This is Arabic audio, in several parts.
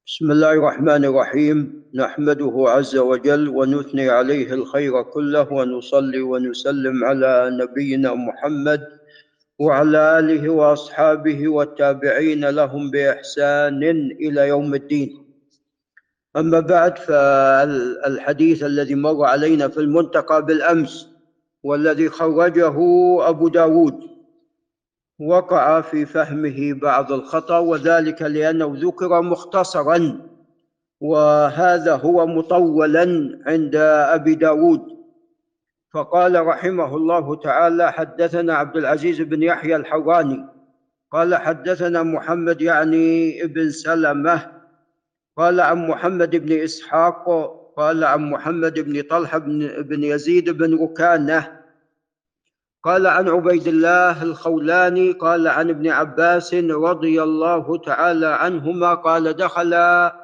بسم الله الرحمن الرحيم. نحمده عز وجل ونثني عليه الخير كله ونصلي ونسلم على نبينا محمد وعلى آله وأصحابه والتابعين لهم بإحسان إلى يوم الدين. أما بعد، فالحديث الذي مر علينا في المنتقى بالأمس والذي خرجه أبو داود وقع في فهمه بعض الخطأ، وذلك لأنه ذكر مختصرا، وهذا هو مطولا عند أبي داود. فقال رحمه الله تعالى: حدثنا عبد العزيز بن يحيى الحراني قال حدثنا محمد يعني ابن سلمة قال عن محمد بن إسحاق قال عن محمد بن طلحة بن يزيد بن ركانة قال عن عبيد الله الخولاني قال عن ابن عباس رضي الله تعالى عنهما قال: دخل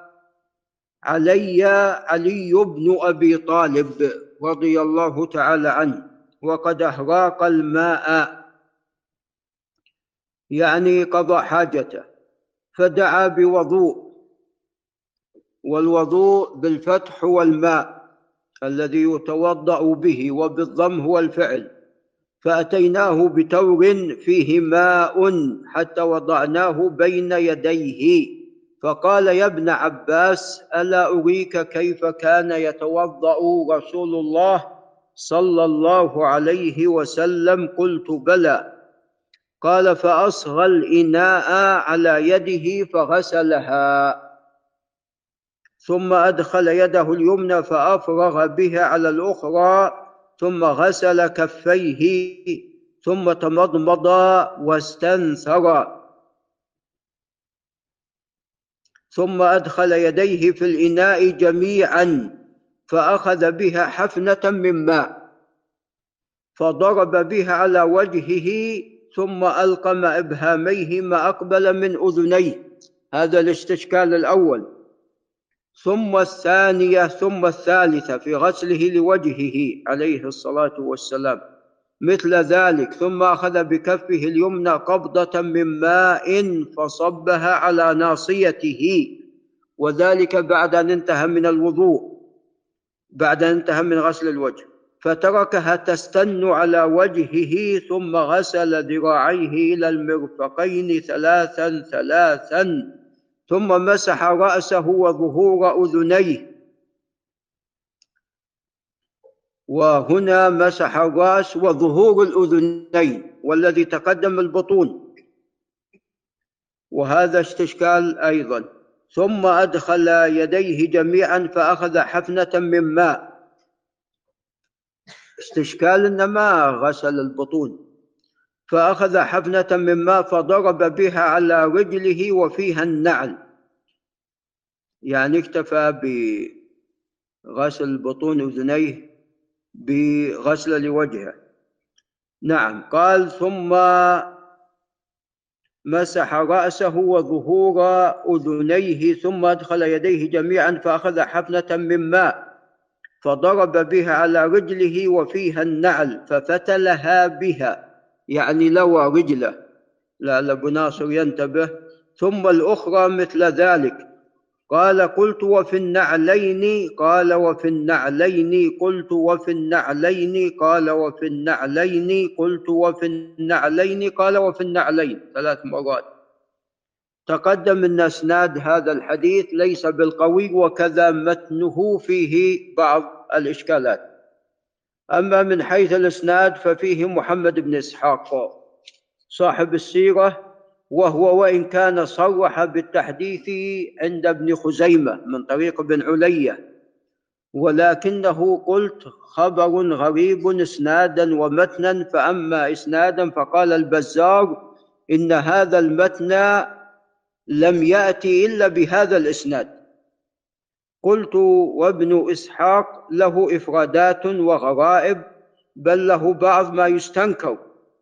علي بن أبي طالب رضي الله تعالى عنه وقد أهراق الماء، يعني قضى حاجته، فدعا بوضوء، والوضوء بالفتح هو الماء الذي يتوضأ به، وبالضم هو الفعل. فأتيناه بتور فيه ماء حتى وضعناه بين يديه، فقال: يا ابن عباس، ألا أريك كيف كان يتوضأ رسول الله صلى الله عليه وسلم؟ قلت: بلى. قال: فأصغى الإناء على يده فغسلها، ثم أدخل يده اليمنى فأفرغ بها على الأخرى، ثم غسل كفيه، ثم تمضمض واستنثر، ثم أدخل يديه في الإناء جميعا فأخذ بها حفنة من ماء فضرب بها على وجهه، ثم ألقم إبهاميه ما أقبل من أذنيه. هذا الاستشكال الأول. ثم الثانية ثم الثالثة في غسله لوجهه عليه الصلاة والسلام مثل ذلك، ثم أخذ بكفه اليمنى قبضة من ماء فصبها على ناصيته، وذلك بعد أن انتهى من الوضوء، بعد أن انتهى من غسل الوجه، فتركها تستن على وجهه، ثم غسل ذراعيه إلى المرفقين ثلاثا ثلاثا، ثم مسح رأسه وظهور أذنيه، وهنا مسح الرأس وظهور الأذنين، والذي تقدم البطون، وهذا استشكال أيضا. ثم أدخل يديه جميعا فأخذ حفنة من ماء، استشكال إنما غسل البطون، فأخذ حفنة من ماء فضرب بها على رجله وفيها النعل، يعني اكتفى بغسل بطون أذنيه بغسل لوجهه. نعم. قال: ثم مسح رأسه وظهور أذنيه، ثم أدخل يديه جميعا فأخذ حفنة من ماء فضرب بها على رجله وفيها النعل ففتلها بها، يعني لوى رجله، لعل أبو ناصر ينتبه. ثم الأخرى مثل ذلك. قال: قلت: وفي النعلين؟ قال: وفي النعلين. قلت: وفي النعلين؟ قال: وفي النعلين. قلت: وفي النعلين؟ قال: وفي النعلين، 3 مرات. تقدم أن إسناد هذا الحديث ليس بالقوي، وكذا متنه فيه بعض الإشكالات. أما من حيث الإسناد ففيه محمد بن إسحاق صاحب السيرة، وهو وإن كان صرح بالتحديث عند ابن خزيمة من طريق ابن علية، ولكنه قلت خبر غريب إسنادا ومتنا. فأما إسنادا فقال البزار: إن هذا المتن لم يأتي إلا بهذا الإسناد. قلت: وابن إسحاق له إفرادات وغرائب، بل له بعض ما يستنكر،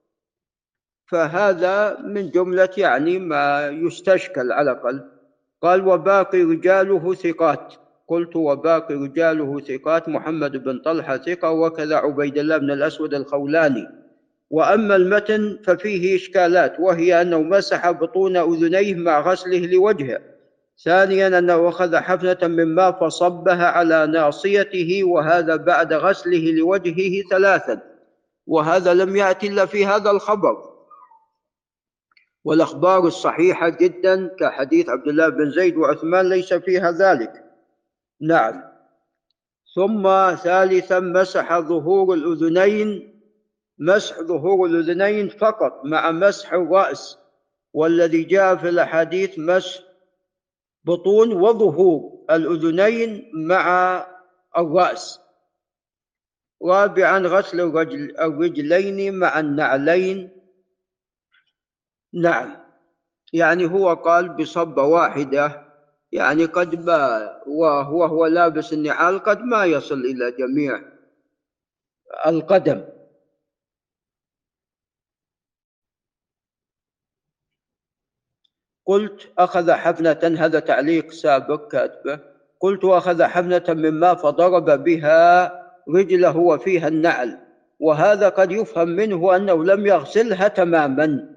فهذا من جملة يعني ما يستشكل على الأقل. قال: وباقي رجاله ثقات. قلت: وباقي رجاله ثقات، محمد بن طلحة ثقة، وكذا عبيد الله بن الأسود الخولاني. وأما المتن ففيه إشكالات، وهي أنه مسح بطون أذنيه مع غسله لوجهه، ثانيا أنه أخذ حفنة من ماء فصبها على ناصيته، وهذا بعد غسله لوجهه ثلاثا، وهذا لم يأتي إلا في هذا الخبر، والأخبار الصحيحة جدا كحديث عبد الله بن زيد وعثمان ليس فيها ذلك. نعم. ثم ثالثا مسح ظهور الأذنين، مسح ظهور الأذنين فقط مع مسح الرأس، والذي جاء في الأحاديث مسح بطون وظهور الأذنين مع الرأس. رابعا غسل الرجلين مع النعلين. نعم، يعني هو قال بصبة واحدة، يعني قد ما وهو لابس النعال قد ما يصل إلى جميع القدم. قلت أخذ حفنة، هذا تعليق سابق كاتبه، قلت أخذ حفنة من ماء فضرب بها رجله وفيها النعل، وهذا قد يفهم منه أنه لم يغسلها تماما،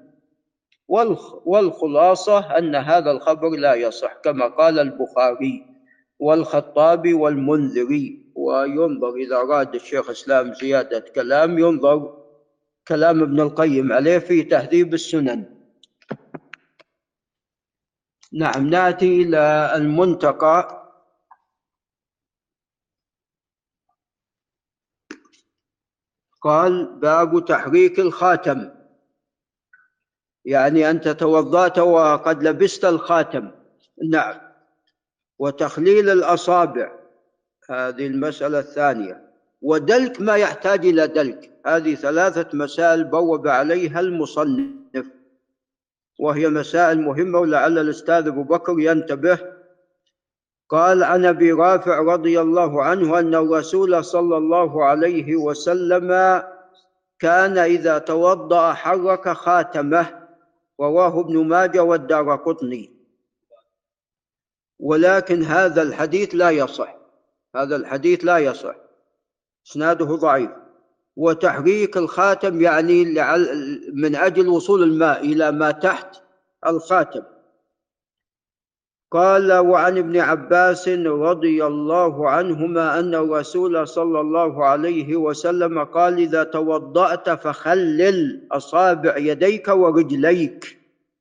والخلاصة أن هذا الخبر لا يصح كما قال البخاري والخطابي والمنذري. وينظر إذا أراد الشيخ الإسلام زيادة كلام ينظر كلام ابن القيم عليه في تهذيب السنن. نعم، نأتي إلى المنتقى. قال باب تحريك الخاتم، يعني أنت توضأت وقد لبست الخاتم. نعم. وتخليل الأصابع، هذه المسألة الثانية. ودلك ما يحتاج إلى دلك. هذه ثلاثة مسائل بوب عليها المصنف، وهي مسائل مهمة ولعل الأستاذ أبو بكر ينتبه. قال عن أبي رافع رضي الله عنه أن الرسول صلى الله عليه وسلم كان إذا توضأ حرك خاتمه، رواه ابن ماجه والدارقطني. ولكن هذا الحديث لا يصح، هذا الحديث لا يصح، إسناده ضعيف. وتحريك الخاتم يعني من أجل وصول الماء إلى ما تحت الخاتم. قال وعن ابن عباس رضي الله عنهما أن الرسول صلى الله عليه وسلم قال إذا توضأت فخلل أصابع يديك ورجليك.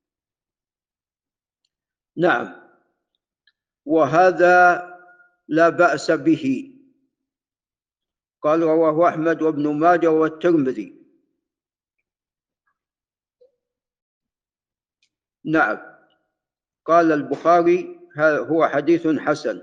نعم، وهذا لا بأس به. قال رواه أحمد وابن ماجه والترمذي. نعم. قال البخاري هو حديث حسن.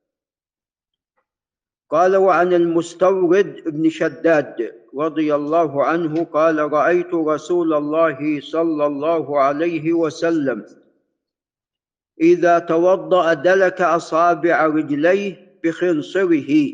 قال وعن المستورد بن شداد رضي الله عنه قال رأيت رسول الله صلى الله عليه وسلم إذا توضأ دلك أصابع رجليه بخنصره.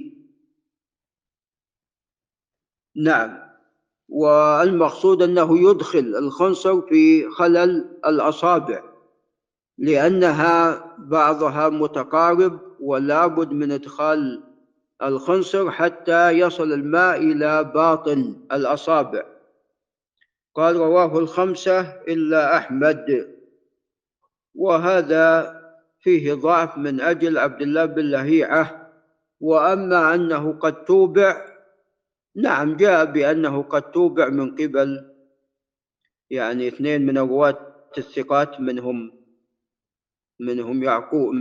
نعم، والمقصود أنه يدخل الخنصر في خلل الأصابع، لأنها بعضها متقارب ولا بد من إدخال الخنصر حتى يصل الماء إلى باطن الأصابع. قال رواه الخمسة إلا أحمد، وهذا فيه ضعف من أجل عبد الله بن لهيعة. وأما أنه قد توبع، نعم جاء بأنه قد توبع من قبل يعني اثنين من الرواة الثقات، منهم يعقوب،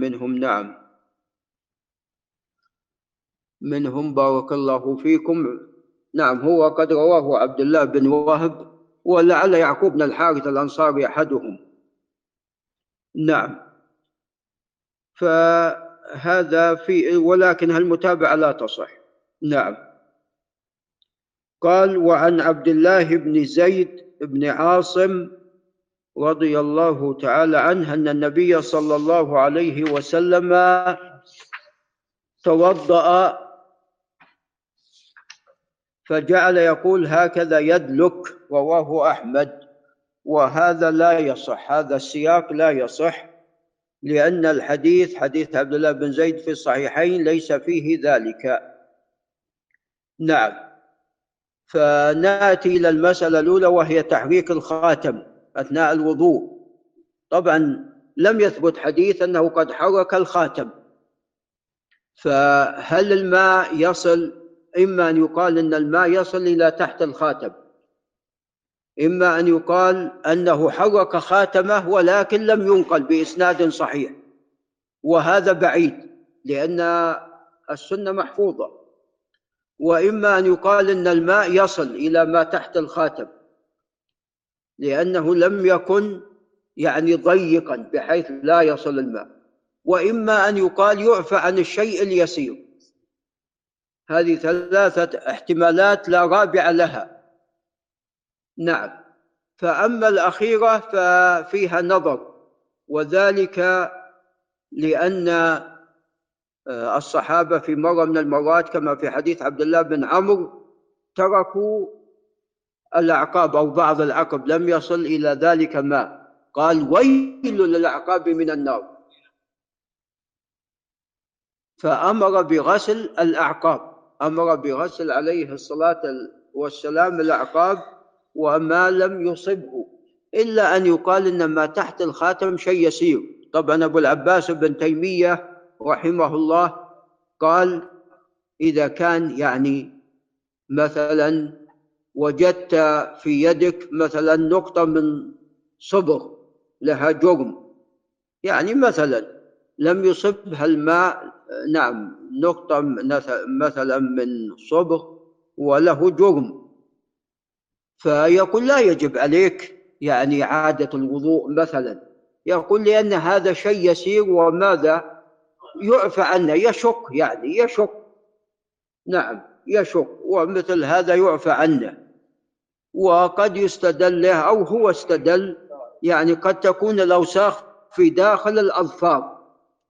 منهم بارك الله فيكم. نعم، هو قد رواه عبد الله بن وهب، ولعل يعقوب بن الحارث الأنصاري أحدهم. نعم، فهذا ولكن المتابعة لا تصح. نعم. قال وعن عبد الله بن زيد بن عاصم رضي الله تعالى عنه أن النبي صلى الله عليه وسلم توضأ فجعل يقول هكذا يدلك، رواه أحمد. وهذا لا يصح، هذا السياق لا يصح، لأن الحديث حديث عبد الله بن زيد في الصحيحين ليس فيه ذلك. نعم. فنأتي إلى المسألة الأولى وهي تحريك الخاتم أثناء الوضوء. طبعا لم يثبت حديث أنه قد حرك الخاتم. فهل الماء يصل؟ إما أن يقال أن الماء يصل إلى تحت الخاتم، إما أن يقال أنه حرك خاتمه ولكن لم ينقل بإسناد صحيح، وهذا بعيد لأن السنة محفوظة. وإما أن يقال أن الماء يصل إلى ما تحت الخاتم لأنه لم يكن ضيقا بحيث لا يصل الماء. وإما أن يقال يعفى عن الشيء اليسير. هذه ثلاثة احتمالات لا رابع لها. نعم. فأما الأخيرة ففيها نظر، وذلك لأن الصحابة في مرة من المرات كما في حديث عبد الله بن عمرو تركوا الأعقاب أو بعض العقب لم يصل إلى ذلك ماء، قال ويل للأعقاب من النار، فأمر بغسل الأعقاب، أمر بغسل عليه الصلاة والسلام الأعقاب وما لم يصبه، إلا أن يقال إن ما تحت الخاتم شيء يسير. طبعا أبو العباس بن تيمية رحمه الله قال إذا كان مثلا وجدت في يدك مثلا نقطة من صبغ لها جرم، مثلا لم يصبها الماء، نعم، نقطة مثلا من صبغ وله جرم، فيقول لا يجب عليك إعادة الوضوء مثلا، يقول لأن هذا شيء يسير وماذا يعفى عنه، يشك، نعم يشك، ومثل هذا يعفى عنه. وقد يستدل له أو هو استدل قد تكون الأوساخ في داخل الأظفار،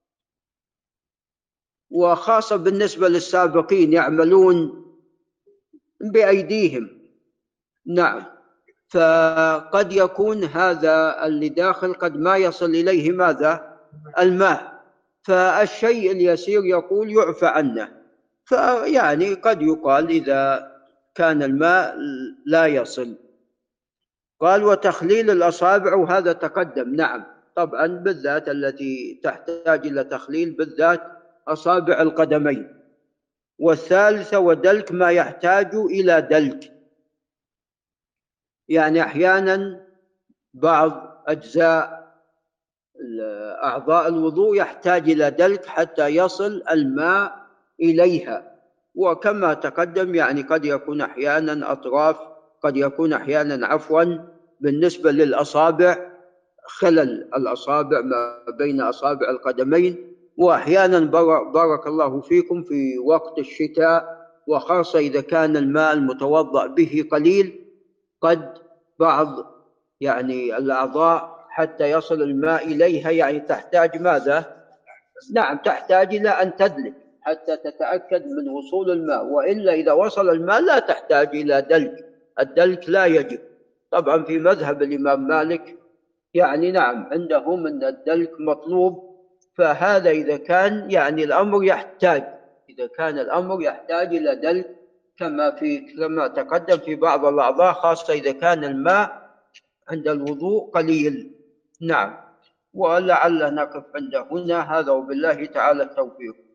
وخاصة بالنسبة للسابقين يعملون بأيديهم، نعم، فقد يكون هذا اللي داخل قد ما يصل إليه ماذا؟ الماء، فالشيء اليسير يقول يعفى عنه. قد يقال إذا كان الماء لا يصل. قال وتخليل الأصابع، وهذا تقدم، نعم، طبعا بالذات التي تحتاج إلى تخليل بالذات أصابع القدمين. والثالثة ودلك ما يحتاج إلى دلك، أحيانا بعض أجزاء أعضاء الوضوء يحتاج إلى دلك حتى يصل الماء إليها، وكما تقدم قد يكون أحيانا أطراف، قد يكون أحيانا بالنسبة للأصابع خلل الأصابع ما بين أصابع القدمين، وأحيانا بارك الله فيكم في وقت الشتاء وخاصة إذا كان الماء المتوضأ به قليل قد بعض الأعضاء حتى يصل الماء إليها تحتاج ماذا؟ نعم، تحتاج إلى أن تدلك حتى تتأكد من وصول الماء، وإلا إذا وصل الماء لا تحتاج إلى دلك، الدلك لا يجب. طبعا في مذهب الإمام مالك نعم عندهم أن الدلك مطلوب، فهذا إذا كان الأمر يحتاج، إذا كان الأمر يحتاج إلى دلك كما تقدم في بعض الأعضاء، خاصة إذا كان الماء عند الوضوء قليل. نعم، ولعل نقف عند هنا، هذا وبالله تعالى التوفيق.